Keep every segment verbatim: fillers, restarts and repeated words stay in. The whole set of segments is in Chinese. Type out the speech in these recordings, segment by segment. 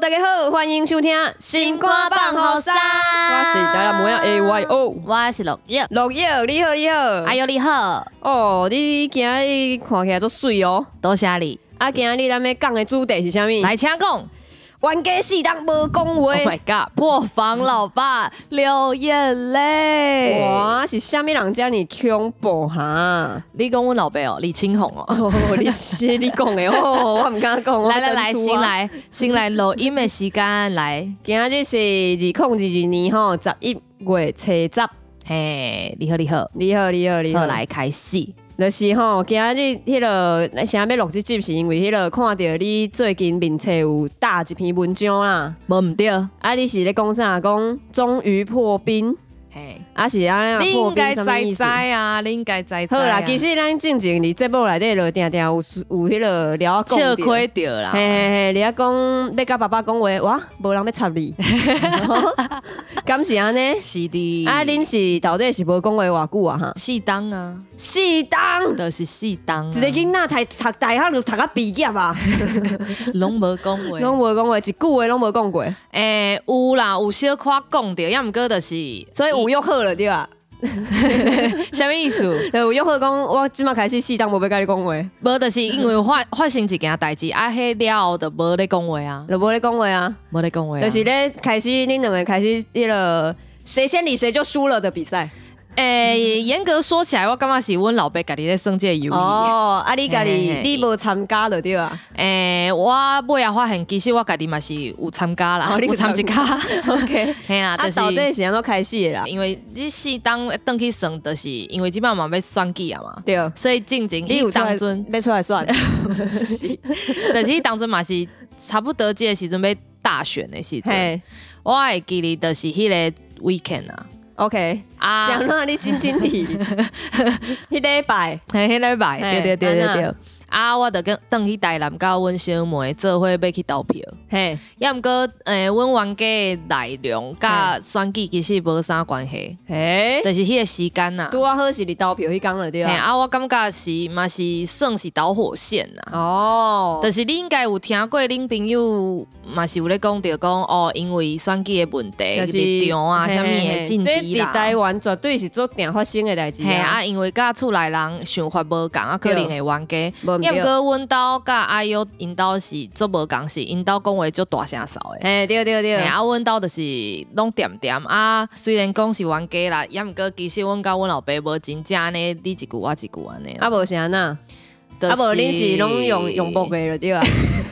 大家好，欢迎收听《新歌放好山》。我是台南模样 A Y O， 我是陆叶。 陆叶，你好，你好。 哎呦，你好。 哦，你今日看起来足水哦。 多谢你。 啊，今日咱要讲的主题是啥物？ 来，请讲。 冤家四人无讲话。 Oh my god！ 破防老爸流眼泪。 哇，是啥物人遮尔恐怖哈？ 你讲阮老爸哦，李青红哦。 哦，你是你讲的哦，我唔敢讲。 来来来，先来先来录音的时间来。 今日是二零二二年吼十一月初十。 嘿，你好你好， 你好你好你好， 好来开始。 就是吼，今日迄个啥要录这集，是因为迄个看到你最近面册有打一篇文章啦。 无唔对， 啊，你是咧讲啥？讲终于破冰。嘿，啊是安尼破冰什么意思？ 你应该知知啊，你应该知知。 好啦，其实咱正经伫节目内底就定定有有迄个聊讲笑亏着啦。 嘿嘿嘿，你啊讲要甲爸爸讲话，哇，无人要插你。敢是安尼？ 是的。 啊，恁是到底是无讲话偌久啊？哈， 四档啊， 四档， 就是四档。 一个囡仔读读大学就读到毕业啊， 拢无讲话， 拢无讲话，一句话拢无讲过。 诶，有啦，有小可讲着，要毋过就是， 所以有约好了对啊。 啥物意思？ 有约好讲，我即马开始四档无要甲你讲话。 无，就是因为发发生一件代志，啊，迄了后就无咧讲话啊， 就无咧讲话啊， 无咧讲话， 就是咧开始恁两个开始迄个谁先理谁就输了的比赛。 诶，严格说起来，我感觉是阮老爸家己咧算这个游戏。 哦，啊，你家己你无参加就对啊。 诶，我尾仔发现，其实我家己嘛是有参加啦，有参一加。 OK， 嘿啦， 啊，到底是安怎开始的啦？ 因为你是当登去算，就是因为即摆嘛要选举啊嘛， 对， 所以进前你有当阵要出来算， 就是当阵嘛是差不多这个时阵要大选的时阵，我会记哩，就是迄个 weekend 啊。 OK， 啊，想让你真真题，迄礼拜， 嘿，迄礼拜，对对对对对。啊，我就跟登去台南，甲阮小妹做伙要去投票。嘿，要毋过诶，阮冤家的内容甲选举其实无啥关系。嘿，就是迄个时间呐。 拄啊好是你投票迄天了对啊。 啊，我感觉是嘛是算是导火线呐。哦。就是你应该有听过恁朋友嘛是有咧讲着讲哦，因为选举的问题、立场啊、啥物的禁止啦。 这伫台湾绝对是做定发生的代志啊。 嘿啊，因为甲厝内人想法无共啊，可能会冤家。要毋过，阮兜甲阿优因兜是做无共，是因兜讲话足大声扫的。 嘿，对对对。 啊，阮兜就是拢点点啊，虽然讲是冤家啦，也毋过其实阮甲阮老爸无真正安尼，你一句我一句安尼。 啊，无是安那？啊，无恁是拢用用木的了对啊。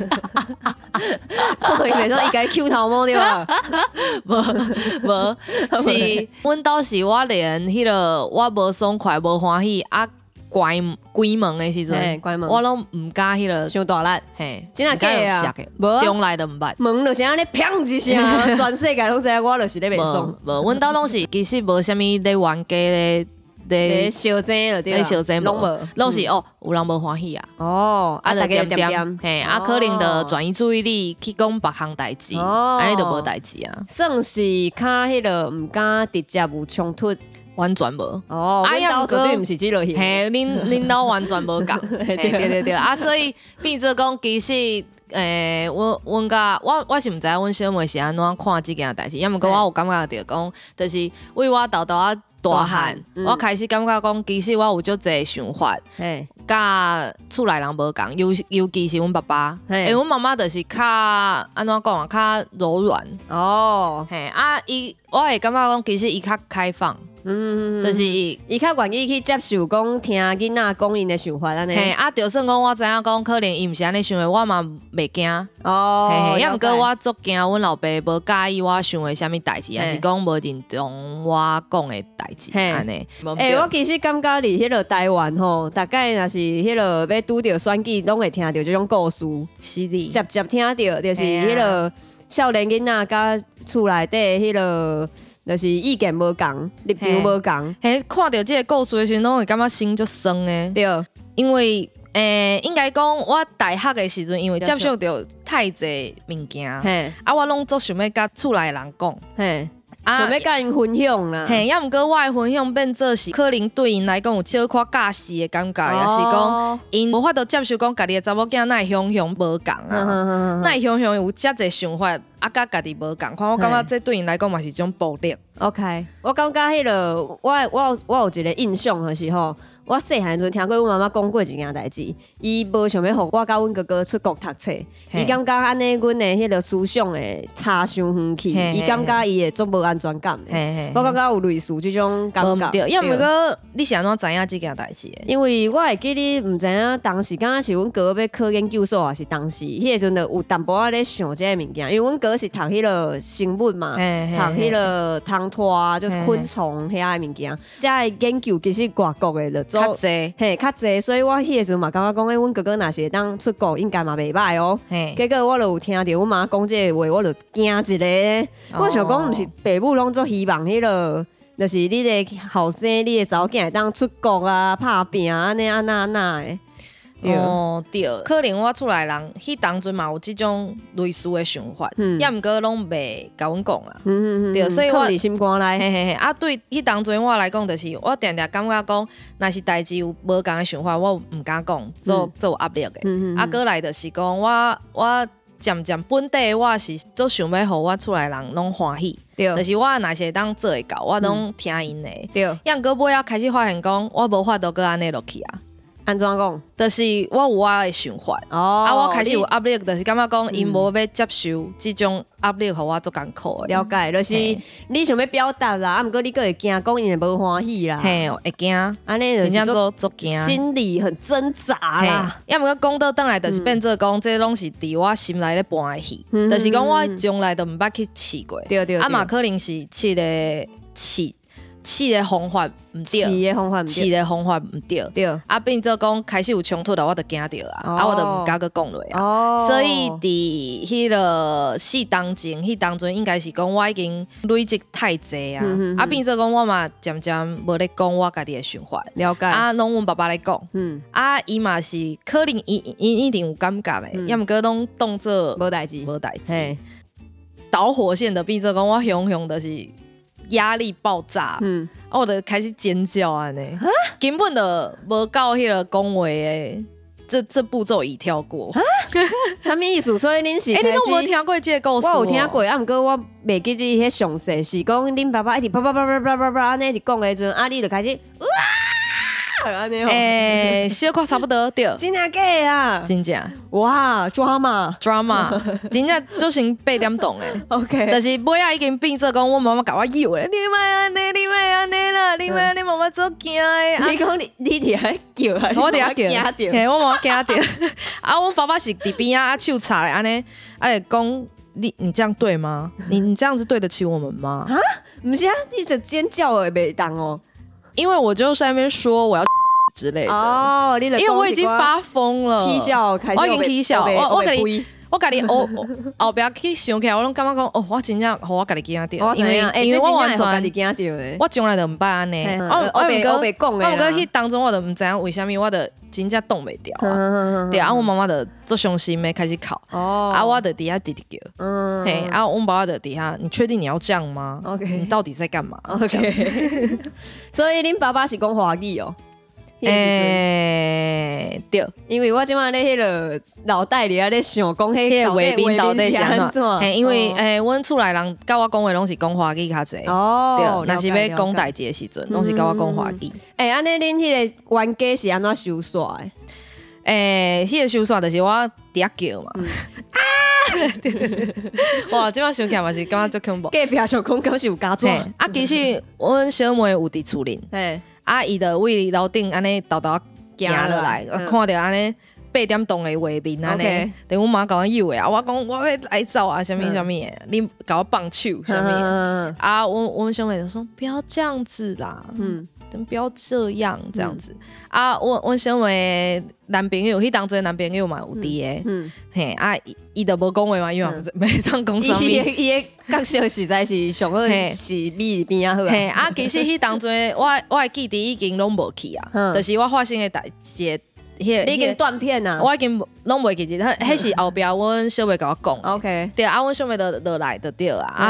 我以为说伊家 Q 头毛对吧？ 无无，是阮兜是我连迄个我无爽快无欢喜啊。关关门的时阵，我拢唔敢迄个伤大力， 嘿， 真系假啊！ 无中来就唔捌， 门就是安尼砰一声，全世界拢知我就是咧袂爽。 无，阮兜拢是其实无啥物咧冤家咧咧小争了对啦，小争拢无， 拢是哦，有人无欢喜啊。 哦，啊，大家点点， 嘿，啊，可能就转移注意力去讲别项代志，安尼就无代志啊。 算是较迄个唔敢直接有冲突。 完全无哦，啊，呀，绝对毋是即落去。 嘿，恁恁兜完全无共，对对对对啊，所以变做讲，其实诶，阮阮甲我我是毋知阮小妹是安怎看即件代志，要毋过我有感觉着讲，就是为我豆豆啊大汉，嗯、我开始感觉讲，其实我有足侪想法，甲厝内人无共，尤尤其是阮爸爸，诶，阮妈妈就是较安怎讲啊，较柔软哦，嘿啊，伊我会感觉讲，其实伊较开放。嗯，就是伊较愿意去接受讲听囡仔讲因的想法安尼。 嘿，啊，就算讲我知影讲可能伊毋是安尼想的，我嘛袂惊。哦，嘿嘿，要毋过我足惊阮老爸无介意我想的啥物代志，还是讲无认同我讲的代志安尼。 诶，我其实感觉伫迄个台湾吼，大概若是迄个要拄着选举，拢会听着即种故事。 是的， 接接听着就是迄个少年囡仔甲厝内底迄个。就是意見無共，立場無共。 嘿，看到這個故事的時候，攏會感覺心就酸誒。對，因為誒、欸，應該講我大學的時陣，因為接觸到太濟物件，啊，我攏總想要甲厝內人講。 想要甲因分享啦。 嘿，要毋过我的分享变做是可能对因来讲有小可假死的感觉，也、哦、是讲因无法度接受讲家己的查某囝哪会雄雄无共啊，哪会雄雄有遮侪想法，啊，甲家己无共款，我感觉这对因来讲嘛是一种暴力。 OK， 我感觉迄、那个我我我有一个印象的时候。我细汉阵听过阮妈妈讲过一件代志，伊无想要互我甲阮哥哥出国读册，伊感觉安尼阮的迄个思想会差伤远去，伊感觉伊会足无安全感的。我感觉有类似即种感觉。 对，要毋过你是安怎知影即件代志的？ 因为我会记你毋知影当时敢若是阮哥要考研究所，还是当时迄个阵就有淡薄仔咧想即个物件，因为阮哥是读迄个生物嘛，读迄个汤拖就是昆虫遐个物件，遮个研究其实外国的就。 较济， 嘿，较济，所以我迄个时阵嘛，感觉讲，诶，阮哥哥若是会当出国，应该嘛袂歹哦。结果我就有听到阮妈讲这个话，我就惊一个。哦、我想讲，毋是爸母拢做希望迄、那个，就是你的后生，你的查某囝会当出国啊、拍拼啊，安尼安那安那的。 对哦，对，可能我厝内人迄当阵嘛有即种类似的想法，也毋过拢袂甲阮讲啦。嗯嗯对，所以我伫心肝内。 嘿嘿嘿，啊，对，迄当阵我来讲，就是我定定感觉讲，若是代志有无共的想法，我毋敢讲，做做有压力的。嗯嗯啊，过来就是讲，我我渐渐本地我是做想要互我厝内人拢欢喜。对，就是我若是当做会到，我拢听因的。对，也毋过尾仔开始发现讲，我无法度搁安尼落去啊。 安怎讲？ 就是我有我的想法，哦、啊，我开始有压力，就是感觉讲，因无要接受这种压力，互我足艰苦的。 了解，就是你想要表达啦，啊，毋过你个会惊讲因会无欢喜啦， 嘿，会惊， 安尼就是做足惊， 心里很挣扎啦。 要毋过讲倒转来，就是变做讲，这拢是伫我心内咧搬的戏，嗯、就是讲我从来都毋捌去试过，对对啊嘛，可能是试的试。试的方法毋对， 试的方法毋对， 试的方法毋对，对啊，变做讲开始有冲突了，我就惊着啊，哦、啊，我就毋敢去讲落啊。哦、所以伫迄个试当前，迄当阵应该是讲我已经累积太济啊，嗯、啊，变做讲我嘛渐渐无咧讲我家己的想法， 了解啊，拢阮爸爸咧讲，嗯，啊，伊嘛是可能伊伊一定有感觉的，要毋过拢当做无代志， 无代志。导火线的变做讲我熊熊的是。压力爆炸，嗯，啊，我就开始尖叫啊！呢，根本就无到迄个讲话的，这这步骤已跳过。 什么意思？所以恁是？哎、 欸，你都无听过这个故事？ 我有听过，啊，毋过我袂记住迄详细，是讲恁爸爸一直啪啪啪啪啪啪啪安尼一直讲的时阵，啊，你就开始哇！ 诶、欸，小可差不多对， 真正假啊？ 真正哇 ，drama drama， 真正做成八点档诶。OK， 但是尾仔已经变做讲，我妈妈甲我摇诶，你莫安尼，你莫安尼啦，你莫安尼，妈妈做惊诶。 你讲你你伫遐叫， 我伫遐叫，嘿，我妈惊着。啊，我爸爸是伫边啊，手插咧安尼，啊咧讲你你这样对吗？你你这样子对得起我们吗？ 啊，不是啊，你这尖叫诶，袂当哦。因为我就在那边说我要之类的哦，因为我已经发疯了， 啼笑， 我已经啼笑，我我跟你，我跟你，我后边去想起来，我拢感觉讲，哦，我真正，我家己惊到， 因为因为我完全家己惊到的， 我从来都唔捌安尼，我我袂我袂讲的， 我过去当中我都唔知影为虾米，我的真正动袂掉啊，对啊，我妈妈就做伤心的开始哭，啊，我的底下弟弟叫，嗯，嘿，啊，我爸爸的底下，你确定你要这样吗 ？OK， 你到底在干嘛 ？OK， 所以恁爸爸是讲华语哦。 诶、欸，对， 因为我即马咧迄个脑袋里啊咧想讲迄个画面到底是安怎？嘿，因为诶，阮厝内人甲我讲话拢是讲华语较济，哦，对，若是要讲代志的时阵，拢是甲我讲华语。 诶，安尼恁迄个冤家是安怎收煞的？ 诶，迄个收煞就是我伫遐叫嘛，啊！对对对，哇！即摆想起来嘛是感觉足恐怖。 隔壁小讲敢是有加错？ 啊，其实阮小妹有伫厝里。啊！伊就为楼顶安尼豆豆行落来，嗯、看到安尼八点档的画面安尼，等我妈甲我摇的啊！我讲我要来走啊，什么什么的，你甲我放手什么的啊！我我们小妹就说不要这样子啦，嗯，不要这样这样子、嗯、啊！我我小妹男朋友，迄当阵男朋友嘛有伫的，嗯，嘿啊，伊就无讲话嘛，因为袂当讲啥物。 伊伊个角色实在是上好是你边啊好啊。 嘿啊，其实迄当阵我我的记忆已经拢无去啊，就是我发生的代志。 你已經斷片啊！ 我已經攏袂記住，迄是後壁阮小妹甲我講。OK， 對啊，阮小妹就落來就對啊，啊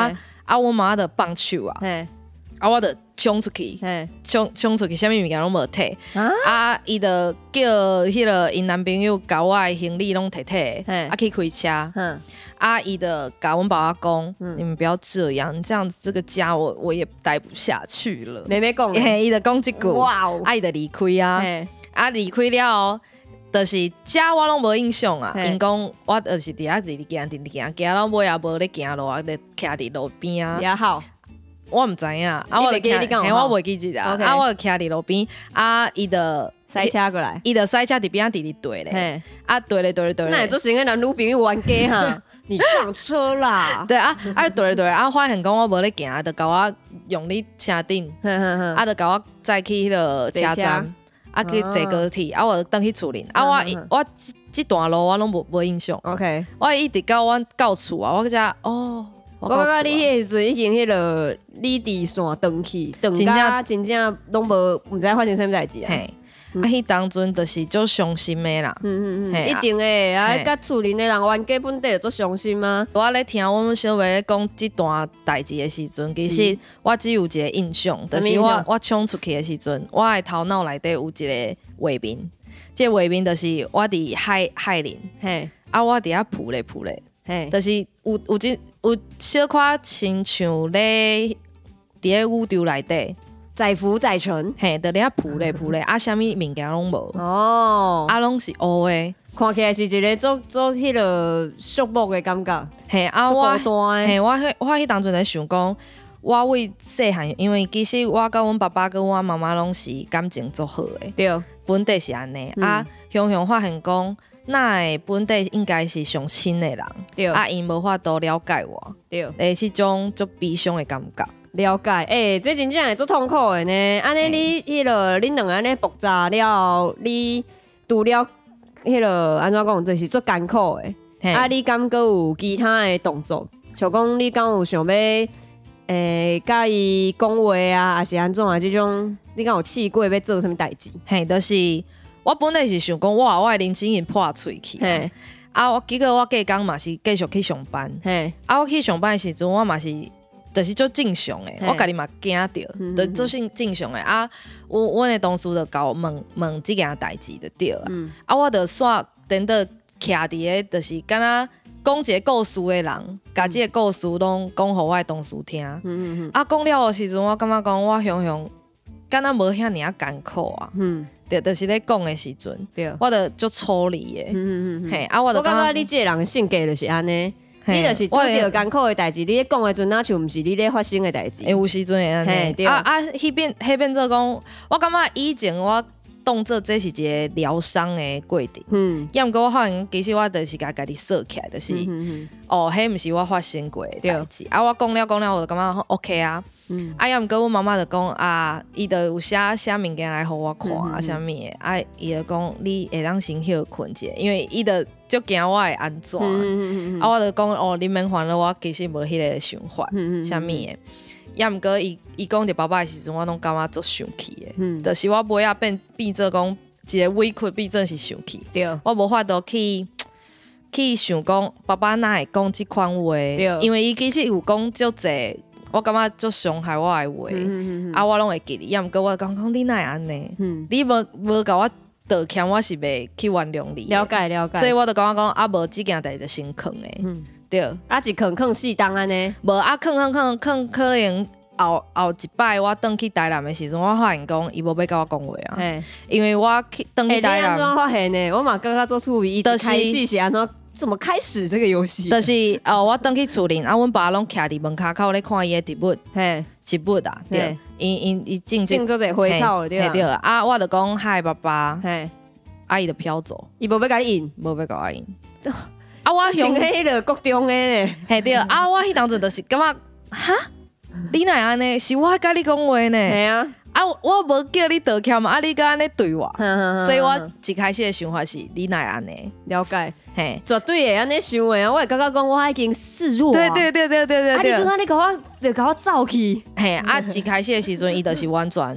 啊，阮妈就放手啊， 嘿， 啊，我就冲出去， 嘿， 冲冲出去，啥物物件拢无摕， 啊， 啊，伊就叫迄个因男朋友甲我的行李拢摕摕， 嘿啊去开车， 哼， 啊，伊就甲阮爸爸讲， 嗯你们不要这样，你这样子这个家我我也待不下去了。 妹妹讲的， 嘿，伊就讲即句， 哇哦， 啊，伊就离开啊， 嘿， 啊离开了。就是遮我拢无印象啊， 嘿因讲我就是伫遐直直行，直直行，行到尾也无咧行路啊，咧徛伫路边啊。 也好， 我毋知影，啊， 你袂记我就徛嘿， 你讲有好我袂记即啊， OK 啊，我就徛伫路边，啊，伊就塞车过来， 伊就塞车伫边仔直直对咧， 嘿， 啊对咧对咧对咧， 那你做成个男女朋友玩家哈，你上车啦， 对啊，啊对咧对咧，啊发现讲我无咧行，就甲我用你车顶， 哼哼哼， 啊就甲我载去迄个车坐站车。 啊，去坐高铁，啊，我就倒去厝里。啊， 嗯我嗯嗯我即即段路我拢无无印象， OK， 我一直到我到厝啊，我才哦， 我到厝啊感觉你迄时阵已经迄个离地线断去，断真正甲真正拢无毋知发生啥物代志啊。 嘿，啊，迄当阵就是足伤心的啦。 嗯嗯嗯， 嘿一定诶，啊， 嘿甲厝邻的人冤家本地就足伤心啊。 我咧听阮们小妹咧讲即段代志的时阵，其实我只有一个印象，就是我什么印象我冲出去的时阵，我的头脑内底有一个画面，即、个画面就是我伫海海林， 嘿， 啊，我伫遐浮咧浮咧， 嘿， 就是有有一有小可亲像咧伫咧宇宙内底， 载浮载沉。 嘿，伫咧遐浮咧浮咧，啊，啥物物件拢无， 哦， 啊，拢是乌的， 看起来是一个足足迄个肃穆的感觉， 嘿，啊， 足我。 孤单的。 嘿，我迄我迄当阵咧想讲，我为细汉，因为其实我甲阮爸爸跟阮妈妈拢是感情足好的， 对， 本地是安尼、 嗯啊，雄雄发现讲，那会本地应该是上亲的人， 对， 啊，因无法度了解我， 对， 诶，迄种足悲伤的感觉。 了解。诶，这真正会足痛苦的呢。安尼你迄落恁两个安尼爆炸了，你除了迄落安怎讲，就是足艰苦的。 嘿啊，你敢阁有其他的动作？像讲你敢有想要诶，甲伊讲话啊，还是安怎啊？即种你敢有试过要做啥物代志？ 嘿，就是我本来是想讲，哇，我的林志颖破喙去， 嘿， 啊，我结果我隔工嘛是继续去上班， 嘿， 啊，我去上班的时阵，我嘛是。就是足正常的， 嘿我家己嘛惊着， 嗯就足是正常的啊。阮阮的同事就甲我问问即件代志就对了， 嗯， 啊，我就煞等到徛伫个，就是敢若讲一个故事的人，甲即个故事拢讲互我的同事听。 嗯嗯啊，讲了的时阵，我感觉讲我雄雄敢若无遐尔啊艰苦啊， 嗯， 就就是咧讲的时阵， 对， 我就足处理的， 嗯嗯嗯， 嘿，啊，我就我感觉觉你即个人的性格就是安尼。 嘿你就是拄我着艰苦的代志，你咧讲的阵，哪像毋是你咧发生的代志会？有时阵会安尼， 嘿对啊啊，迄变迄变做讲，我感觉以前我当做这是一个疗伤的过程。 嗯， 要毋过我发现，其实我就是甲家己锁起来，就是、 嗯嗯哦，迄毋是我发生过的代志。啊，我讲了讲了，我就感觉 OK 啊。 嗯啊，要毋过阮妈妈就讲啊，伊就有写写物件来互我看嗯嗯嗯啊，啥物的。啊，伊就讲你会当先休困者，因为伊就足惊我会安怎。 嗯嗯嗯啊，我就讲哦，你免烦恼，我其实无迄个想法， 嗯嗯啥物的。要毋过伊伊讲着爸爸的时阵，我拢感觉足生气的。 嗯， 就是我尾仔变变做讲一个委屈，变做是生气。 对， 我无法度去去想讲爸爸哪会讲即款话，因为伊其实有讲足济，我感觉足伤害我的话， 嗯啊，我拢会记哩。要毋过我讲讲你哪会安尼？ 嗯， 你无无甲我道歉，我是袂去原谅你。 了解了解。 所以我就讲讲啊，无即件代志就先囥诶， 嗯， 对， 啊一坑坑四当安尼， 无啊，囥囥囥囥，可能后后一摆我转去台南的时阵，我发现讲伊无要甲我讲话啊， 嘿， 因为我去转哎， 去台你安怎南。 发现呢？我嘛刚刚做出一就是开始是安怎怎么开始这个游戏？ 就是哦，我转去厝里，啊，阮爸拢徛伫门骹口咧看伊的植物， 嘿， 植物啊，对嘿， 因因伊种种做者花草了对吧嘿对啊，我就讲嗨爸爸， 嘿， 啊伊就飘走， 伊无要甲你引， 无要甲我引。啊，我像想迄个国中的呢， 嘿对啊，我迄当阵就是感觉哈，你哪会安尼？是我甲你讲话呢？ 嘿啊， 啊，我无叫你道歉嘛，啊，你敢安尼对我， 所所以我一开始的想法是你哪会安尼？ 了解， 嘿， 绝对会安尼想的啊！我会感觉讲我已经示弱啊， 对对对对对啊， 对对， 你刚刚你甲我就甲我走去， 嘿啊，一开始的时阵，伊就是完全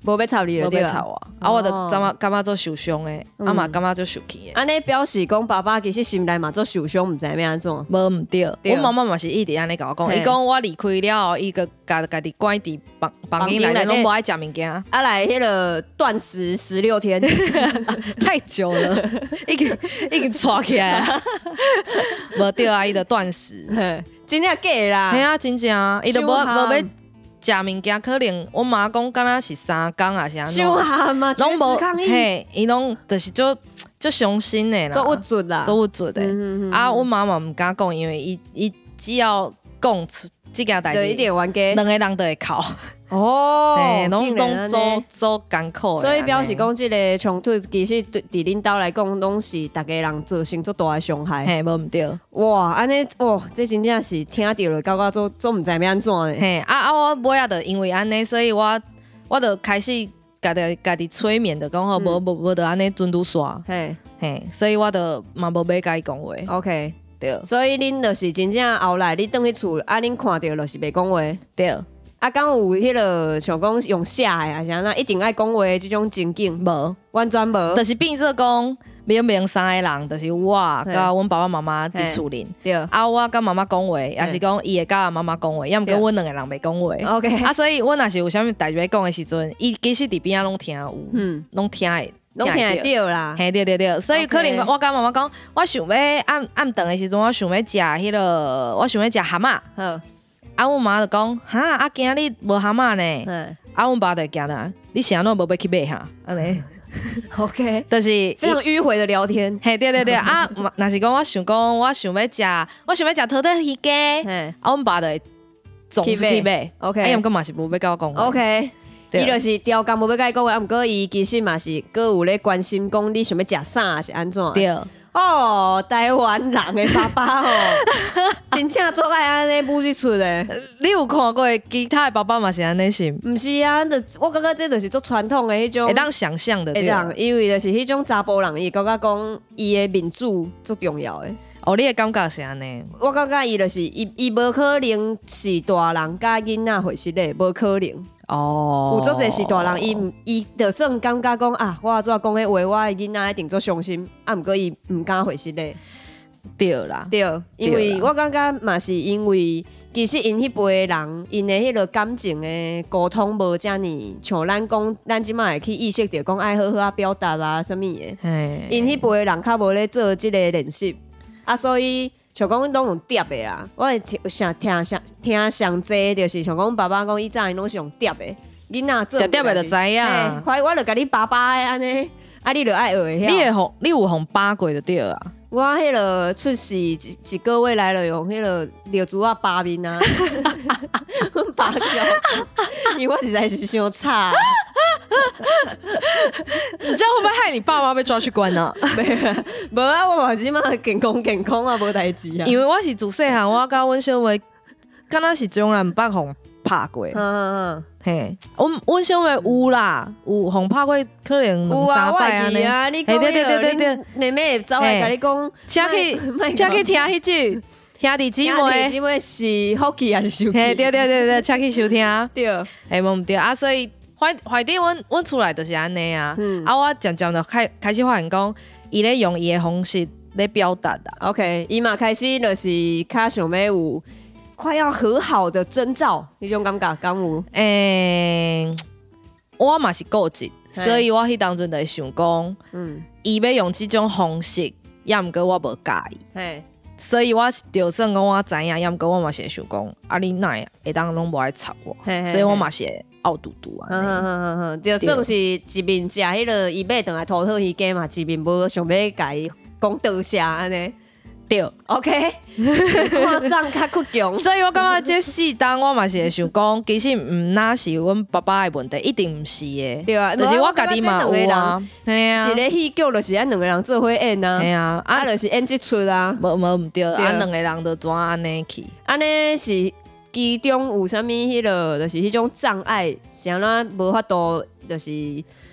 无要插你了无对啊。 要吵我，啊，我就感觉感觉做受伤诶，啊嘛感觉做受气诶。 安尼表示讲爸爸其实心内嘛做受伤，毋知要安怎。 无毋对， 对阮妈妈嘛是一直安尼甲我讲， 嘿伊讲我离开了后，伊个家家己关伫房房间内底拢无爱食物件， 啊来迄个断食十六天， 太久了，已经已经抓起来啊，无对啊，伊就断食， 嘿真正假的啦。 嘿啊，真正啊，伊就无伤寒无要食物件，可能我妈讲敢若是三工啊是安怎， 伤寒嘛， 拢无绝食抗议， 嘿，伊拢就是做做伤心诶啦， 做有准啦， 做有准诶。 嗯嗯嗯啊，我妈妈毋敢讲，因为伊伊只要讲出即件代就一志， 点冤家两个人都会哭， 哦嘿，拢竟然拢安尼做做艰苦的。 所以表示讲，即个冲突其实对伫恁兜来讲，拢是逐个人造成足大的伤害。 嘿，无毋对， 哇，安尼哇，这真正是听到了，到到做做毋知要安怎呢？ 嘿，啊啊，我尾仔就因为安尼，所以我我就开始家己家己催眠，就讲好，无无无就安尼准拄煞， 嘿嘿，所以我就嘛无要甲伊讲话， ，OK， 对所以恁就是真正后来你转去厝，啊，恁看到就是袂讲话。 对， 啊，敢有迄落像讲用写的，还是安那一定爱讲话的即种情景， 无， 完全无。 就是变做讲明明三个人，就是我甲阮爸爸妈妈伫厝里。 对啊，我甲妈妈讲话，也是讲伊会甲妈妈讲话，要毋过阮两个人袂讲话。 ，OK， 啊，所以阮若是有啥物代志要讲的时阵，伊其实伫边仔拢听有， 嗯， 拢听会， 拢听会到啦。 嘿，对对对，所以 OK 可能我甲妈妈讲，我想要暗暗顿的时阵，我想要食迄落，我想要食蛤蟆。 好， 啊，阮妈就讲，哈，啊，今日无蛤蟆呢。 嗯啊，阮爸就惊啦，你是安怎无要去买哈？安尼， ，OK， 就是非常迂回的聊天。 嘿，对对对，啊，若是讲我想讲，我想要食，我想要食土豆鱼鸡， 嘿啊，阮爸就会总出去买。 ，OK， 啊，伊毋过嘛是无要甲我讲话。 OK， 对伊就是调工无要甲伊讲话，啊，毋过伊其实嘛是各有咧关心讲你想要食啥是安怎的。 对， 哦，台湾人的爸爸哦，真正做爱安尼母子出的。 你有看过其他的爸爸嘛是安尼是？ 毋是啊，就我感觉这就是做传统的迄种会。当想象的会对啊。 当，因为就是迄种查甫人，伊感觉讲伊的民主最重要的。 哦，你的感觉是安尼？ 我感觉伊就是伊，伊无可能是大人甲囡仔会实的，无可能。 哦， 有做者是大人，伊毋伊就算感觉讲啊，我怎讲迄话，我的囡仔一定做伤心，啊，毋过伊毋敢回实的。 对啦， 对，因为对啦我感觉嘛是因为，其实因迄辈的人，因的迄个感情的沟通无遮尔像咱讲，咱即摆会去意识到讲爱好好啊表达啊什物的。 嘿， 因迄辈的人较无咧做即个练习，啊，所以像讲拢用叠的啦。我会听上听上听上济，就是像讲爸爸讲，以前因拢是用叠的，囡仔做条条的就知影。 嘿怀我就甲你爸爸的安尼，啊，你就爱学会你晓。 会红，你有红八过就对啊。 我迄落出世一一个月来了，用迄落尿珠啊扒面啊，阮爸叫，因为我实在是伤差。 你这样会不会害你爸妈被抓去关呢、啊？ 无啊，我嘛即马健康健康啊，无代志啊。 因为我是自细汉，我甲阮小妹，敢若是从来毋捌互拍过。 嗯嗯嘿，阮阮小妹有啦，有互拍过，可能嗯，有啊，我两三摆安尼。 会记啊，你讲嘿对对对对对对，妹妹走来甲你讲， 请去请去听迄句兄弟姊姊妹， 妹。 姊妹是福气还是受气？ 嘿，对对对对，请去收听。 对， 嘿，无毋对啊，所以怀怀底阮阮厝内就是安尼啊。 嗯啊，我渐渐就开开始发现讲，伊咧用伊的方式咧表达啦。 OK，伊嘛开始就是较想要有快要和好的征兆，迄种感觉敢有？ 诶、我嘛是固执， 嘿所以我迄当阵就会想讲， 嗯， 伊要用即种方式，也毋过我无介意， 嘿， 所以我就算讲我知影，也毋过我嘛是会想讲，啊你哪会会当拢无爱吵我， 嘿嘿所以我嘛是会傲嘟嘟啊。 哼哼哼哼哼，就算是一面食迄个伊买转来土土鱼鸡嘛，一面无想要甲伊讲多谢安尼。 对， OK，看上较倔强。 所以我感觉这四当我嘛是会想讲，其实毋那是阮爸爸的问题，一定毋是的。 对啊就是我家己嘛我感觉这有啊，嘿啊一，个戏剧就是咱两个人做伙演啊， 嘿啊， 啊， 啊， 就是演即出啊。 无无毋对， 对啊，两个人就怎安尼去？ 安尼是其中有啥物迄落，就是迄种障碍，是安怎无法度，就是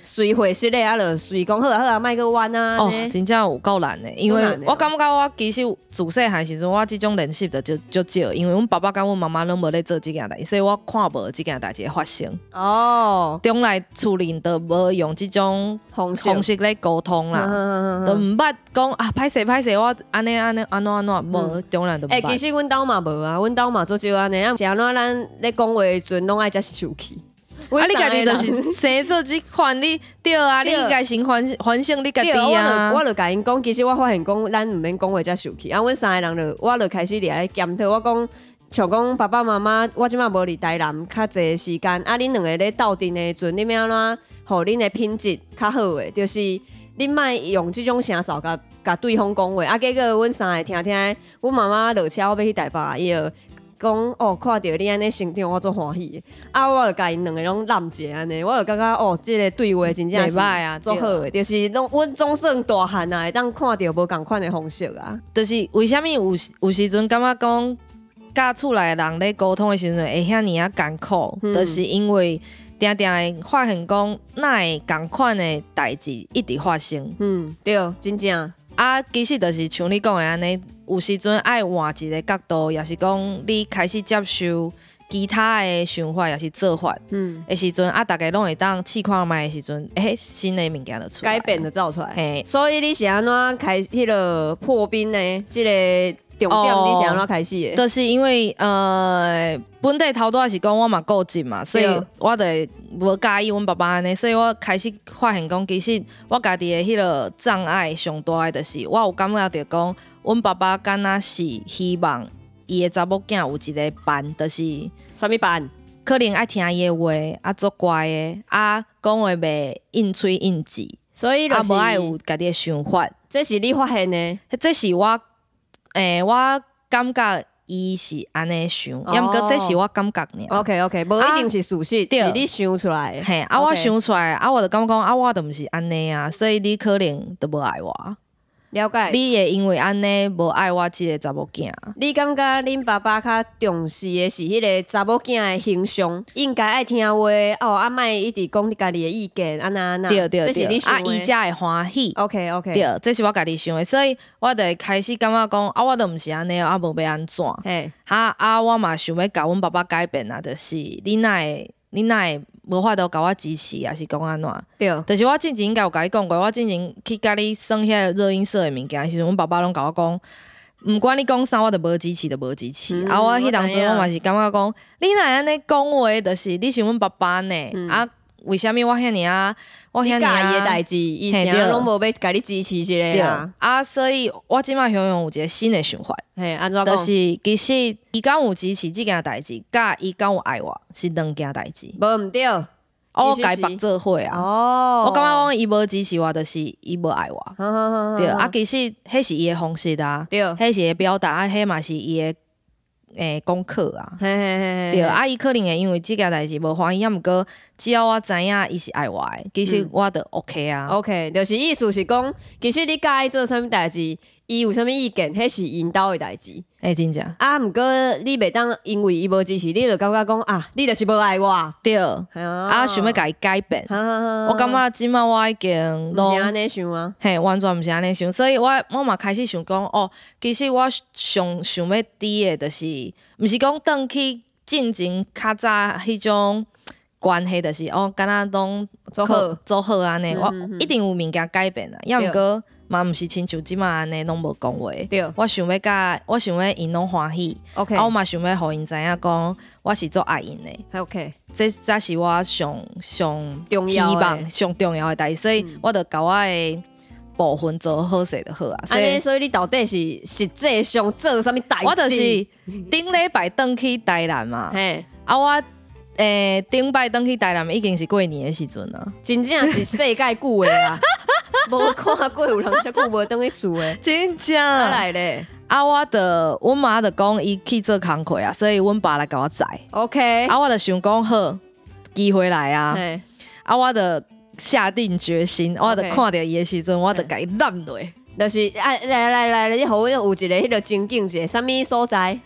随回室咧，啊，就随讲好啊好啊，莫个弯啊。 哦，真正有够难的，因为我感觉我其实自细汉时阵，我即种练习的就就少，因为阮爸爸甲阮妈妈拢无咧做即件代志，所以我看无即件代志发生。哦，中来处理都无用即种方式咧沟通啦，都毋捌讲啊，歹势歹势，我安尼安尼安怎安怎，无中来都毋捌。 诶，其实阮兜嘛无啊，阮兜嘛做少安尼，啊，是安怎咱咧讲话时阵拢爱遮受气。 啊！你家己就是生做即款，你对啊，你应该先反反省你家己啊。 我就甲因讲，其实我发现讲，咱毋免讲话遮受气。啊，阮三个人就，我就开始咧检讨。我讲，像讲爸爸妈妈，我即摆无伫台南较侪时间，啊，恁两个咧斗阵的时阵，你要安怎，互恁的品质较好诶？就是恁莫用即种声哨甲甲对方讲话。啊，结果阮三个听听，阮妈妈落车我要去台北，伊就讲哦，看到你安尼成长，我足欢喜的。啊，我就甲因两个拢揽者安尼，我就感觉哦，即、这个对话真正是足好的，就是拢阮总算大汉啊，会当看到无共款的方式啊。 就是为虾米有有时阵感觉讲，甲厝内人咧沟通的时阵会遐尔啊艰苦，嗯、就是因为定定会发现讲，哪会共款的代志一直发生。 嗯，对，真正。 啊，其实就是像你讲的安尼，有时阵爱换一个角度，也是讲你开始接受其他的想法，也是做法。嗯，的时阵啊，大家拢会当试看卖的时阵，诶，新的物件就出来， 改变就走出来。嘿，所以你是安怎开迄个破冰呢？即、这个重点你是安怎开始的？ 就是因为呃，本地头拄是讲我嘛固执嘛，所以我就无介意阮爸爸安尼，所以我开始发现讲，其实我家己的迄个障碍上大的，就是我有感觉到讲，阮爸爸敢若是希望伊的查某囝有一个伴，就是啥物伴？ 可能爱听伊的话，啊，做乖的，啊，讲话袂应喙应字， 所以啊，无爱有家己的想法。 这是你发现的？ 这是我。诶、欸，我感觉伊是安尼想，要毋过这是我感觉尔。 OK OK， 无一定是事实，啊、是你想出来的。 嘿，啊， okay. 我想出来，啊，我就感觉讲，啊，我都毋是安尼啊，所以你可能都无爱我。 了解。你会因为安尼无爱我即个查某囝。 你感觉恁爸爸较重视的是迄个查某囝的形象，应该爱听话哦，啊，莫一直讲你家己的意见，安那安那。 对对对， 啊，伊才会欢喜。 OK OK。 对，这是我家己想的，所以我就开始感觉讲，啊，我都毋是安尼，啊，无要安怎？嘿，哈啊，我嘛想要甲阮爸爸改变啊，就是你哪会，你哪会？无法度甲我支持，也是讲安怎？对，就是我之前应该有甲你讲过，我之前去甲你算遐热音社的物件，时阵阮爸爸拢甲我讲，毋管你讲啥，我都无支持，就无支持。嗯、啊，我迄当阵我嘛是感觉讲，你若安尼讲话，就是你是阮爸爸呢，嗯、啊。为虾米我遐尔啊？我遐尔啊？ 你介意的代志，以前拢无要甲你支持一个啊。 啊，所以我即摆想用有一个新的想法， 嘿，安怎讲？ 就是其实伊敢有支持即件代志，甲伊敢有爱我是两件代志。 无毋对， 我改白做伙啊。哦，我感觉讲伊无支持我，就是伊无爱我。对啊，其实迄是伊的方式啊，对，迄是伊表达啊，迄嘛是伊的。诶，功课啊，嘿嘿嘿对，啊，伊可能会因为即件代志无欢喜，啊，毋过只要我知影伊是爱我的，其实我就 OK 啊。 嗯、OK， 就是意思是讲，其实你介意做啥物代志，伊有啥物意见，迄是因兜的代志。 诶、欸，真正。 啊，毋过你袂当因为伊无支持，你就感觉讲啊，你就是无爱我。 对，啊，啊想要甲伊改变。我感觉即摆我已经拢毋是安尼想啊， 嘿，完全毋是安尼想，所以我我嘛开始想讲，哦，其实我上想要伫的，就是毋是讲转去进前较早迄种关系，就是哦，敢若拢做好做好安尼，我一定有物件改变啦，要毋过。嘛，毋是亲像即摆安尼，拢无讲话。对，我想要甲，我想要因拢欢喜。OK， 啊，我嘛想要互因知影讲，我是做爱因的。OK， 这才是我上上希望、上重要的代志，所以我就甲我的部分做好势就好啊。 安尼，所以你到底是实际上做啥物代志？ 我就是顶礼拜转去台南嘛。嘿，啊我。诶，顶摆转去台南已经是过年的时阵啊， 真正是世界久的啦，无看过有人遮久无转去厝的， 真正。 哪来咧？ 啊，我的阮妈就讲伊去做工课啊，所以阮爸来甲我载。 OK， 啊，我就想讲好，机会来啊，啊，我就下定决心，我就看到伊的时阵，我就甲伊揽落。 就是啊，来来来，你互阮有一个迄个情景一个，啥物所在？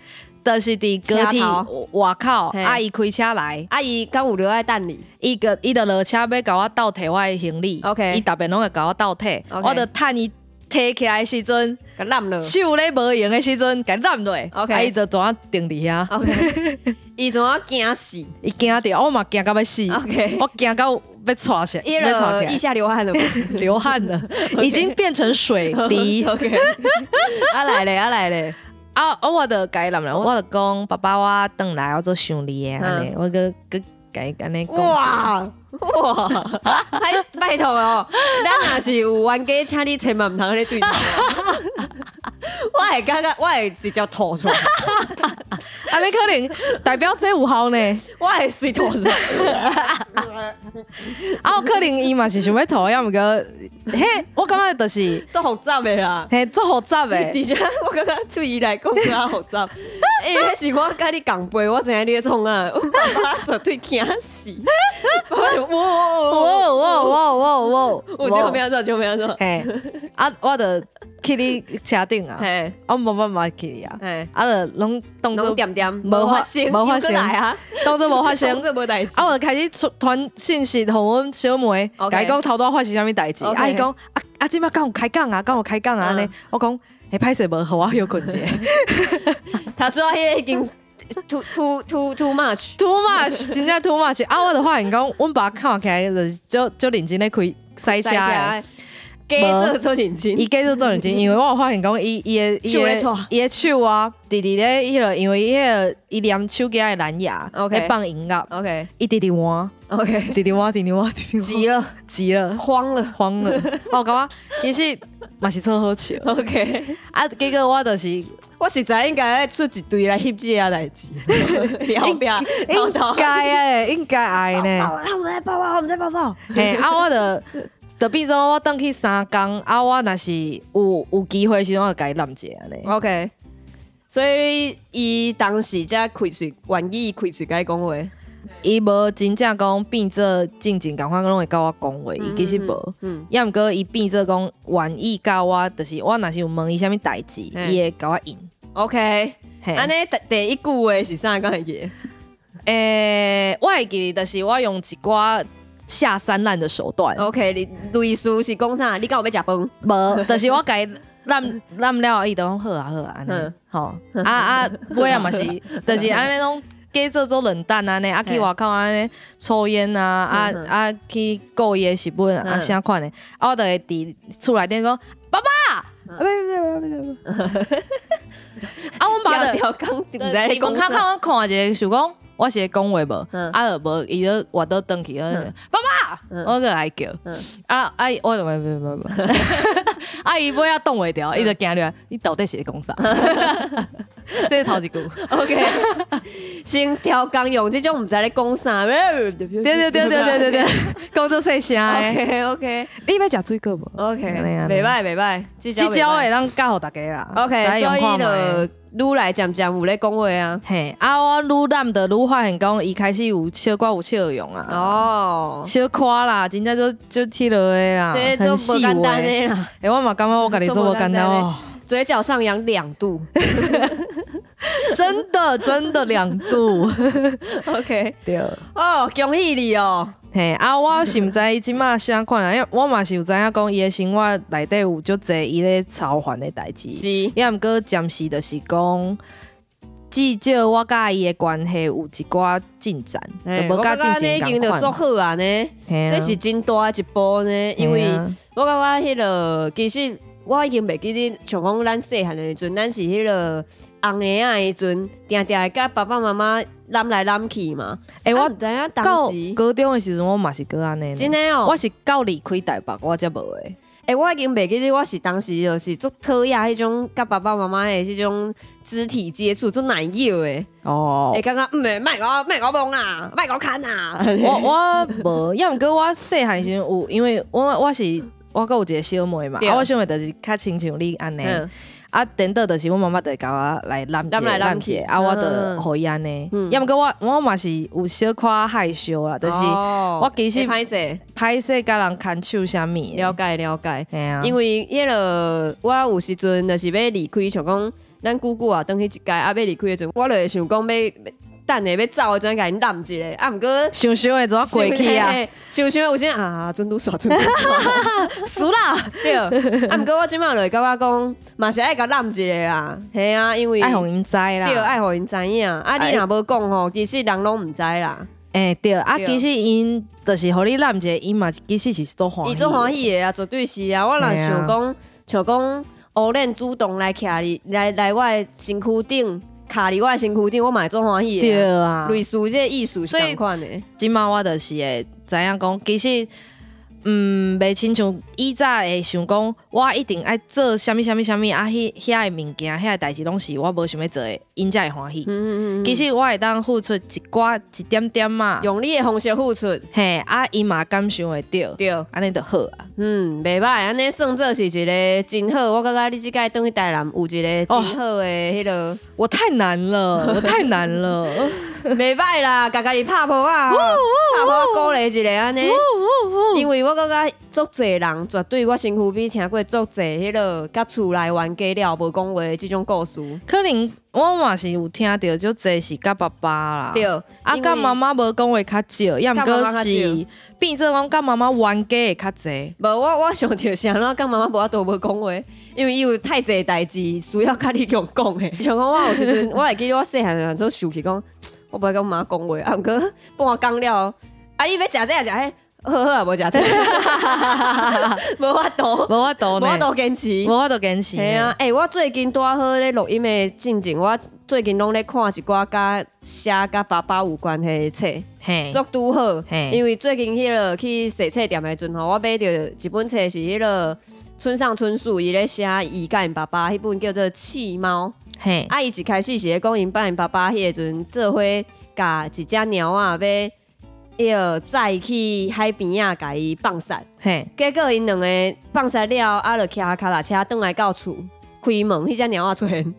就是伫高铁外口，阿姨开车来， 阿姨刚有留在等你， 伊个伊就落车要甲我倒摕我的行李 ，OK， 伊逐遍拢会甲我倒摕， okay. 我就趁伊摕起来的时阵， 甲揽落， 手咧无用的时阵，甲揽落 ，OK， 啊伊就怎啊定伫遐 ，OK， 伊怎啊惊死， 伊惊着，我嘛惊到要死 ，OK， 我惊到要喘起来， 要喘起来，腋下流汗了吗？ 流汗了，已经变成水滴。 OK， 啊来咧，啊来咧。 啊！我就甲伊揽了，我就讲爸爸，我转来，我做想你的安尼，我个个甲伊安尼讲。 哇哇！拜拜托哦，咱若是有冤家，请你千万唔通安尼对待。我会感觉，我会直接吐出来。 安尼可能代表这有效呢？ 我会水吐出来。 啊，可能伊嘛是想要吐，要毋过，嘿，我感觉就是做复杂的啦， 嘿，做复杂的。 而且我感觉对伊来讲较复杂，因为迄是我甲你共背，我知影你咧创啊，我爸爸绝对惊死。哇哇哇哇哇哇哇！ 我就没有做，就没有做。 嘿，啊，我就去你车顶啊， 嘿， 我无办法去啊， 嘿， 啊，就拢当作点点无发生，无发生啊， 当作无发生， 当作无代志。 啊，我就开始传讯息，互阮小妹，甲伊讲头拄发生啥物代志。啊，伊讲啊啊，即摆敢有开讲啊，敢有开讲啊安尼。我讲，嘿，歹势无，互我休困者。 他主要迄个已经 too too too too much too much， 真正 too much。啊，我就发现讲，阮爸看起来就是就就认真咧开塞车诶。 假做做认真， 伊假做做认真，因为我有发现讲，伊伊诶伊诶伊诶手啊，直直咧迄个，因为伊迄个伊连手机诶蓝牙，咧放音乐 ，OK， 伊直直换 ，OK， 直直换，直直换，直直换， 急了， 急了， 慌了， 慌了。我感觉其实嘛是超好笑 ，OK。 啊，结果我就是， 我实在应该出一队来翕这啊代志，了不要？ 应该诶，应该爱呢。 他们在抱抱，我们在抱抱。 嘿，啊，我就。就变做我转去三工，啊，我若是有有机会时阵，我就甲伊揽一下咧。 OK， 所以伊当时才开嘴，愿意开嘴甲伊讲话。 伊无真正讲变做正经，共款拢会甲我讲话，伊其实无。也毋过伊变做讲愿意甲我，就是我若是有问伊啥物代志，伊会甲我应。 OK， 安尼第第一句话是啥？敢会记？ 诶，我会记，就是我用一寡。下三滥的手段。 OK， 你类似是讲啥？你敢有要食饭？ 无，就是我甲伊揽揽了，伊就讲好啊好啊安尼。吼啊啊，尾啊嘛是，就是安尼种假做做冷淡安尼，啊去外口安尼抽烟啊，啊啊去购伊的食物啊啥款的，啊我就会伫厝内底讲爸爸。啊！阮爸就条工毋知你讲看看我看一个，想讲。我是会讲话无，啊，就无伊就活倒转去，爸爸，我个来叫，啊啊，我就没没没没，啊伊尾仔挡袂牢，伊就惊着，你到底是讲啥？这是头一句 ，OK， 先调工用这种毋知咧讲啥， 对对对对对对对，讲做细声诶 ，OK OK， 你要食水果无 ？OK， 袂歹袂歹， 即招会当教互大家啦。 OK， 所以就。愈来渐渐有咧讲话啊， 嘿，啊我愈揽着愈发现讲，伊开始有小可有笑容啊，哦，小夸啦，真正就就迄落的啦， 这做无简单的啦。 哎，我嘛感觉我家己做无简单哦， 嘴角上扬两度， 真的真的两度。 OK， 对， 哦，恭喜你哦。 嘿，啊，我是毋知伊即马啥款啊，因为我嘛是有知影讲伊的生活内底有足侪伊咧操烦的代志， 是， 也毋过暂时就是讲，至少我甲伊的关系有一寡进展，就无甲进前共款。已经就足好啊呢，这是真大一步呢，因为我感觉迄个其实我已经袂记得，像讲咱细汉的时阵，咱是迄个红鞋仔的时阵，定定会甲爸爸妈妈揽来揽去嘛。 诶、欸，我知影当时高中的时阵，我嘛是个安尼。 真的哦， 我是到离开台北，我才无诶。 诶、欸，我已经袂记得，我是当时就是做讨厌迄种甲爸爸妈妈的迄种肢体接触，做难摇诶。哦，会感觉嗯，莫甲我莫甲我摸啦，莫甲我牵啦。 我我无，要毋过我细汉时阵有，因为我我是我阁有一个小妹嘛，啊，我小妹就是较亲像你安尼。嗯啊，等到就是我妈妈就甲我来揽者揽者，啊，我就互伊安尼。要毋过我我嘛是有小可害羞啦，就是我其实歹势歹势甲人牵手啥物。 了解了解， 啊、 因为迄、那个我有时阵就是要离开，像讲咱姑姑啊，等去一届啊，要离开的阵，我就会想讲要等下要走的阵，甲因揽一个，啊，毋过想想会怎啊过去啊？ 想想有时啊，准拄煞，准拄煞， 输啦。 对，啊，毋过我即摆就会感觉讲，嘛是爱甲揽一个啦，系啊，因为爱互因知啦， 对，爱互因知影。啊，你若无讲吼，其实人拢毋知啦。 诶、欸，对，啊，其实因就是互你揽一个，因嘛其实是做欢喜， 伊做欢喜的啊，绝对是啊。我若想讲，像讲乌莲主动来徛哩，来来我的身躯顶。卡伫我的身躯顶，我嘛会做欢喜的。 对啊， 类似这个意思是同款的。 即马我就是会知影讲，其实嗯，袂亲像以早会想讲，我一定爱做啥物啥物啥物啊，迄遐个物件、遐个代志拢是我无想要做的，因才会欢喜。嗯嗯嗯。其实我会当付出一寡一点点嘛， 用你的方式付出， 嘿，啊，伊嘛感受会到， 对， 安尼就好啊。 嗯，袂歹，安尼算做是一个真好。我感觉你即摆转去台南有一个真好的迄个、哦。 我太难了，我太难了。 袂歹啦，家家己拍破啊，拍破鼓励一下安尼。因为我感觉足侪人绝对我身躯边听过足侪迄个甲厝内冤家了无讲话的即种故事。 可能我嘛是有听到，足侪是甲爸爸啦， 对， 啊，甲妈妈无讲话较少，也毋过是变做讲甲妈妈冤家会较侪。 无我我想着是安怎甲妈妈无法度无讲话，因为伊有太侪代志需要甲你共讲的。像讲我有时阵，我会记得我细汉的时候想起讲，我不爱甲妈讲话，啊，毋过半讲了，啊，你要食这食迄。好好啊，无食这，无法度， 无法度， 无法度坚持， 无法度坚持。 系啊，诶、欸，我最近拄好咧录音的进程，我最近拢咧看一寡甲写甲爸爸有关系的册，足拄好。因为最近迄个去洗册店的阵吼，我买到一本册是迄个村上春树伊咧写伊甲因爸爸迄本叫做《弃猫》。嘿，啊，伊一开始是咧讲因爸因爸爸迄个阵做伙甲一只鸟啊要。伊个载去海边啊，甲伊放杀。嘿，结果因两个放杀了，啊，就骑脚踏车转来到厝，开门，迄只鸟仔出现。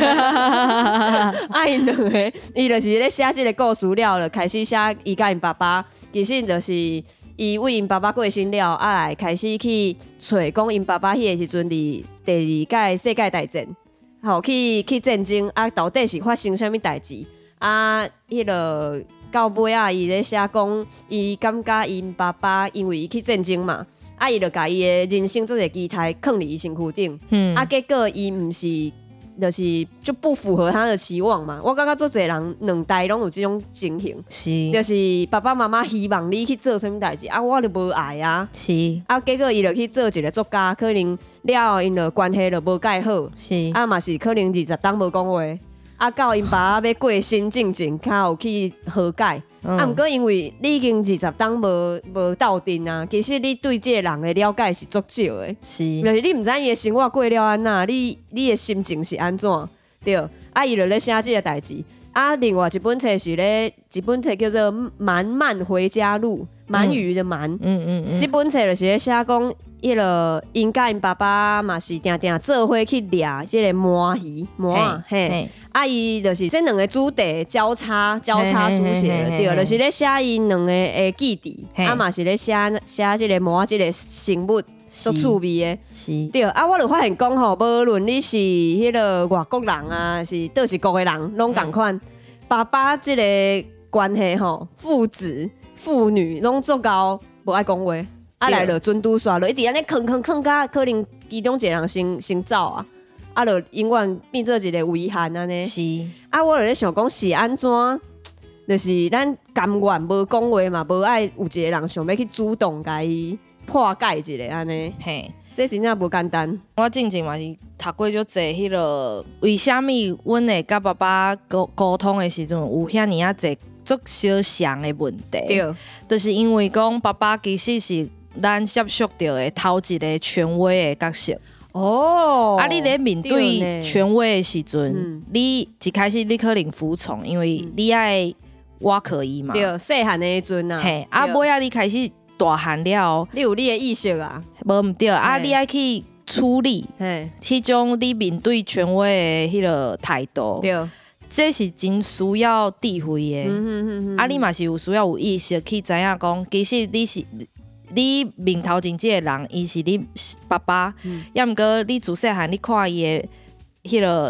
啊，因两个，伊就是咧写即个故事了，就开始写伊甲因爸爸，其实就是伊为因爸爸过身了，啊来开始去找讲因爸爸迄个时阵伫第二届世界大战，吼去去战争啊，到底是发生啥物代志啊？迄、那个。到尾啊，伊咧写讲，伊感觉因爸爸因为伊去战争嘛，啊，伊就甲伊的人生做一个期待放伫伊身躯顶，嗯、啊，结果伊毋是，就是就不符合他的期望嘛。我感觉做侪人两代拢有即种情形，是，就是爸爸妈妈希望你去做啥物代志，啊，我就无爱啊，是，啊，结果伊就去做一个作家，可能了后因的关系就无介好，是，啊嘛是可能二十档无讲话。啊，到因爸要过身进前，较有去和解。嗯、啊，毋过因为你已经二十档无无斗阵啊，其实你对这个人的了解是足少的。是，就是你毋知伊的生活过了安那，你你的心情是安怎？对，啊，伊就咧写这个代志。啊，另外一本册是咧，一本册叫做《鳗鳗回家路》，鳗鱼的鳗。嗯嗯嗯。这本册就是咧写讲，迄个因甲因爸爸嘛是定定做伙去掠即个鳗鱼鳗啊，嘿。啊，伊就是这两个主题交叉交叉书写对，就是咧写因两个诶记忆，啊嘛是咧写写即个模即个生物足趣味的，是对。啊，我就发现讲吼，无论你是迄个外国人啊，是倒是国的人，拢共款。爸爸即个关系吼，父子父女拢足够无爱讲话，啊来就准拄煞落，一直安尼吭吭吭甲，可能其中一个人先先走啊。啊，就永远变做一个遗憾安尼。是。啊，我就咧想讲是安怎，就是咱甘愿无讲话嘛，无爱有一个人想要去主动甲伊破解一下安尼。嘿，这真正无简单。 我之前嘛是读过足侪迄落，为虾米阮会甲爸爸沟沟通的时阵有遐尼啊侪足小常的问题？对，就是因为讲爸爸其实是咱接触到的头一个权威的角色。哦，啊！你咧面对权威的时阵，嗯、你一开始你可能服从，因为你爱我可以嘛。 对，细汉的迄阵啊， 嘿，啊，尾啊，你开始大汉了， 你有你的意识啊， 无毋对啊，你爱去处理，嘿，迄种你面对权威的迄个态度，对，这是真需要智慧的。嗯哼哼哼啊，你嘛是有需要有意识去知影讲，其实你是。你面头前这个人，伊是你爸爸，嗯、要毋过你自细汉你看伊的迄个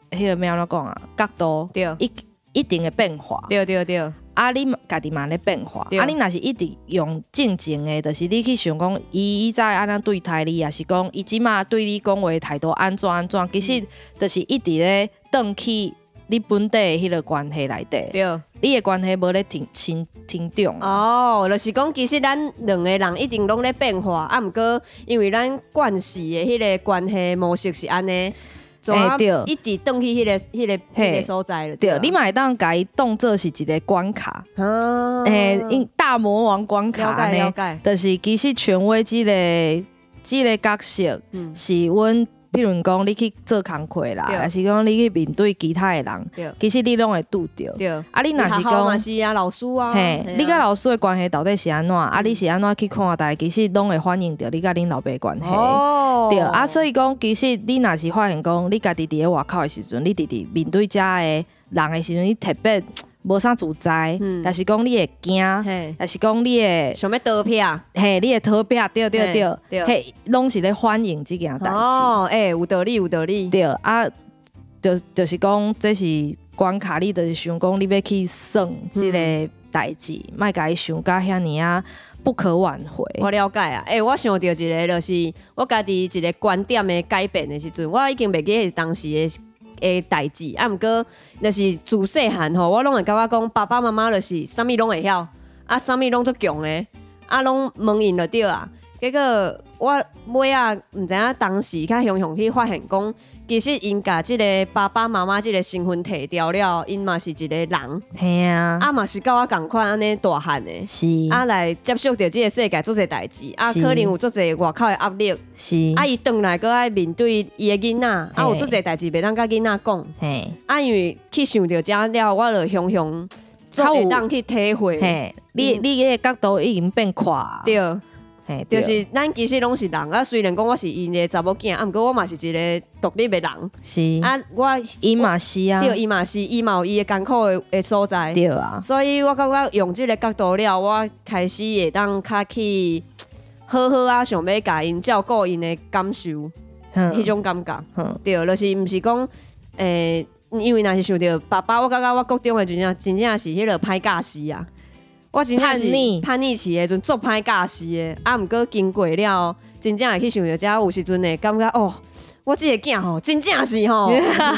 迄个要安怎讲啊，角度对一一定的变化。 对对对， 啊，你家己嘛咧变化，啊，你若是一直用正经的，就是你去想讲，伊以前安怎对待你，也是讲伊即马对你讲话态度安怎安怎，其实就是一直咧转去你本地的迄个关系内底， 对， 你的关系无咧停停停长。 哦，就是讲其实咱两个人一定拢咧变化，啊，毋过因为咱惯势的迄个关系模式是安尼。 哎，对， 一直转去迄个、迄个、迄个所在了。 对，你嘛会当家己当做是一个关卡，诶，因大魔王关卡呢，就是其实权威即个即个角色是阮。比如讲，你去做工课啦，还是讲你去面对其他的人，其实你拢会拄着。啊，你若是讲， 嘛是啊，老师啊， 嘿，你甲老师的关系到底是安怎？啊，你是安怎去看待？其实拢会反映着你甲恁老爸的关系。哦，对啊，所以讲，其实你若是发现讲，你家己伫咧外口的时阵，你直直面对遮的人的时阵，你特别无啥自在，嗯、但是讲你会惊，但是讲你会想要逃避， 嘿，你会逃避，对对对，嘿，拢是咧反映即件代志。 哦，诶、欸，有道理，有道理。 对啊，就就是讲，这是关卡，你就是想讲，你要去算即个代志，莫甲伊想甲遐尔啊不可挽回。 我了解啊，诶、欸，我想到一个，就是我家己一个观点的改变的时阵，我已经袂记是当时的。诶，代志啊，毋过就是自细汉吼，我拢会感觉讲爸爸妈妈就是啥物拢会晓，啊，啥物拢足强诶，啊，拢问因就对啊。结果我尾啊，毋知影当时较雄雄去发现讲，其实因甲即个爸爸妈妈即个身份摕掉了，因嘛是一个人， 嘿啊， 啊嘛是甲我共款安尼大汉诶， 是， 啊来接受着即个世界做些代志，啊可能有做些外口诶压力， 是， 啊伊转来搁爱面对伊诶囡仔，啊有做些代志袂当甲囡仔讲，嘿，啊因为去想着遮了，我就雄雄才会当去体会， 嘿，你你迄个角度已经变宽， 对。就是咱其实拢是人啊，虽然讲我是因的查某囝，啊，毋过我嘛是一个独立的人。 是啊，我伊嘛是啊， 对，伊嘛是，伊嘛有伊的艰苦的的所在。 对啊， 所以我感觉用即个角度了，我开始会当较去好好啊，想要甲因照顾因的感受，迄种感觉。对，就是毋是讲诶，因为若是想到爸爸，我感觉我国中的阵真真正是迄个歹教师啊。我真正是叛逆期的阵做歹教师的，啊，毋过经过了，真正会去想到遮，有时阵会感觉哦，我即个囝吼，真正是吼，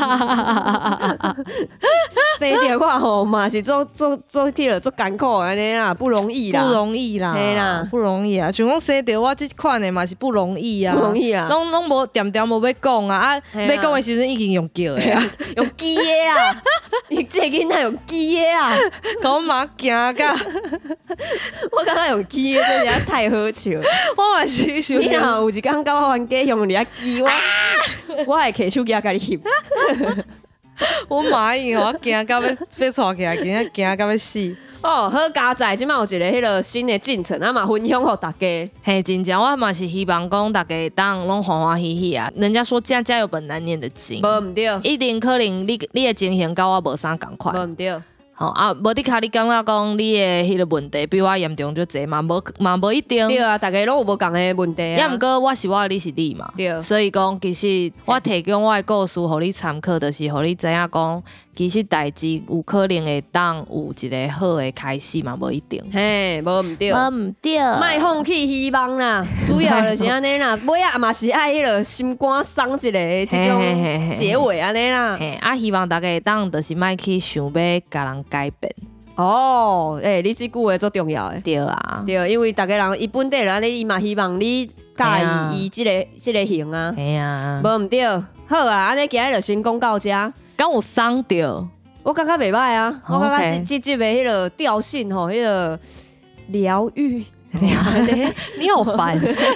生着我吼嘛是做做做起了做艰苦安尼啦，不容易啦， 不容易啦， 嘿啦， 不容易啊！像讲生着我即款的嘛是不容易啊， 不容易啊， 拢拢无点点无要讲啊，啊，要讲的时阵已经用叫的啊， 用记的啊，你这囡仔用记的啊， 讲嘛惊甲， 我感觉用记的真是太好笑， 我嘛是想， 你若有一工甲我冤家用你啊记我。我会摕手机甲你翕， 我妈伊我惊到要要带起来，惊惊到要死。 哦，好佳哉，即摆有一个迄个新的进程，啊嘛分享互大家。 嘿，真正我嘛是希望讲大家当拢欢欢喜喜啊。人家说家家有本难念的经， 无毋对， 一定可能你你的情形甲我无啥共款， 无毋对。 吼、哦、啊，无伫卡你感觉讲你的迄个问题比我严重就侪嘛，无嘛无一定。 对啊，大家拢有无共的问题啊。 也毋过我是我，你是你嘛。对。所以讲，其实我提供我的故事，互你参考，就是互你知影讲，其实代志有可能会当有一个好的开始嘛，无一定。 嘿，无毋对， 无毋对， 莫放弃希望啦。主要就是安尼啦，尾啊嘛是爱迄个心肝送一个即种结尾安尼啦。 嘿，啊，希望大家会当就是莫去想要甲人改变。 哦，诶、欸，你即句话最重要诶。 对啊， 对，因为大家人伊本地人咧，伊嘛希望你介意伊即个即个型啊。 系啊， 无毋对，好啊，安尼今日就先讲到遮。 敢有送着？ 我感觉袂歹啊，我感觉即即个迄个调性吼，迄个疗愈。 你好烦，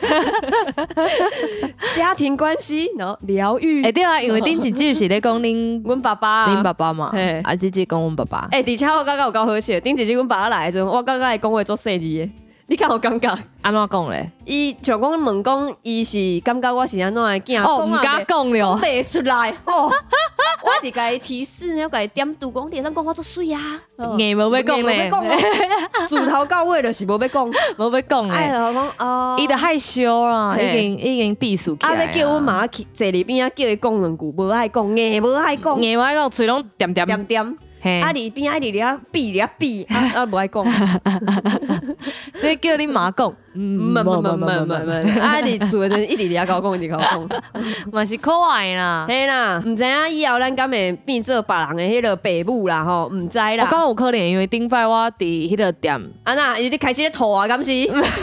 家庭关系，然后疗愈。 哎、欸，对啊，因为顶一集是咧讲恁阮爸爸， 恁爸爸嘛，啊，这集讲阮爸爸。 哎、欸，而且我感觉有够好笑，顶一集阮爸来的时阵，我感觉会讲话做细字的。 你敢有感觉？ 安怎讲咧？ 伊像讲问讲，伊是感觉我是安怎的囝？ 哦，毋敢讲了， 袂出来哦。我伫甲伊提示呢，我甲伊点拄讲，你咱讲我足水啊， 硬无要讲咧， 自头到尾就是无要讲， 无要讲哎， 咧。 我讲哦， 伊就害羞啦，已经已经避暑起啊， 来要叫阮妈去坐里边啊，叫伊讲两句，无爱讲，硬无爱讲， 硬无爱讲，嘴拢点点点点。 嘿啊，里边啊，里咧比咧比，啊啊，无爱讲。 这叫你妈讲， 唔唔唔唔唔唔，啊！你厝的一直伫遐甲我讲，一直甲我讲， 嘛是可爱啦。 嘿啦，唔知影以后咱敢会变做别人的迄个爸母啦吼，唔知啦。 我感觉有可能，因为顶摆我伫迄个店， 啊那伊伫开始咧吐啊，敢是？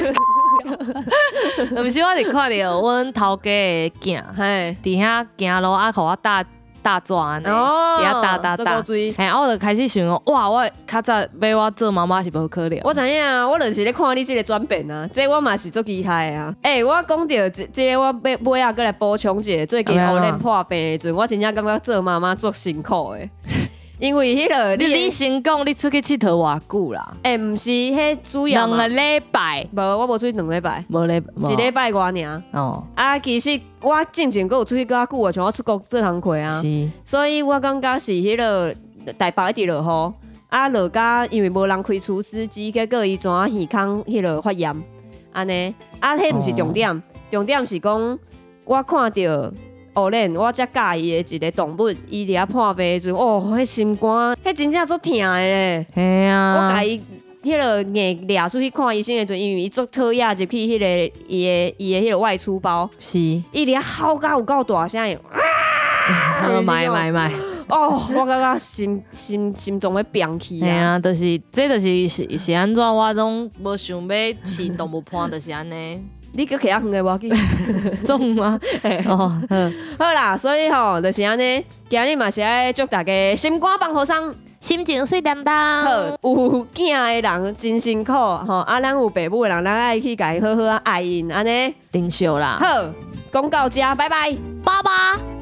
毋是我伫看到阮头家的囝， 嘿， 伫遐行路啊，互我搭搭纸安尼， 哦伫遐搭搭搭，嘿，啊，我就开始想讲，哇，我较早要我做妈妈是无可能。 我知影啊，我就是咧看你即个转变啊，这我嘛是足期待的啊。诶、欸，我讲到即即个，我尾尾啊，过来补充一下，最近黑脸破病的时阵，我真正感觉做妈妈足辛苦的。因为迄、那个你你先讲，你出去佚佗偌久啦？ 诶、欸，毋是，迄主要两个礼拜， 无，我无出去两礼拜， 无礼， 一礼拜外尔。 哦， 啊，其实我之前还有出去较久啊，像我出国做工课啊， 是， 所以我感觉是迄个台北一直落雨，啊落甲因为无人开除湿机，结果伊怎啊耳孔迄个发炎，安尼，啊，迄毋是重点，哦、重点是讲我看到。哦，恁我才介意的一个动物，伊伫遐破病的时阵，哦，迄心肝，迄真正足疼的咧。 嘿啊， 我甲伊迄个硬掠出去看医生的时阵，因为伊足讨厌入去迄个伊的伊的迄个外出包， 是， 伊伫遐嚎到有够大声的， 啊，买买买， 哦，我感觉心心心脏要病去啊！ 嘿啊，就是这就是是是安怎，我拢无想要饲动物伴，就是安尼。 你搁起啊远的无紧， 中吗？哦， 好啦，所以吼，就是安尼，今日嘛是爱祝大家心肝放好松， 心情水当当。 好，有囝的人真辛苦吼，啊，咱有爸母的人，咱爱去甲伊好好啊爱因，安尼， 定秀啦。 好，讲到这，拜拜， 爸爸。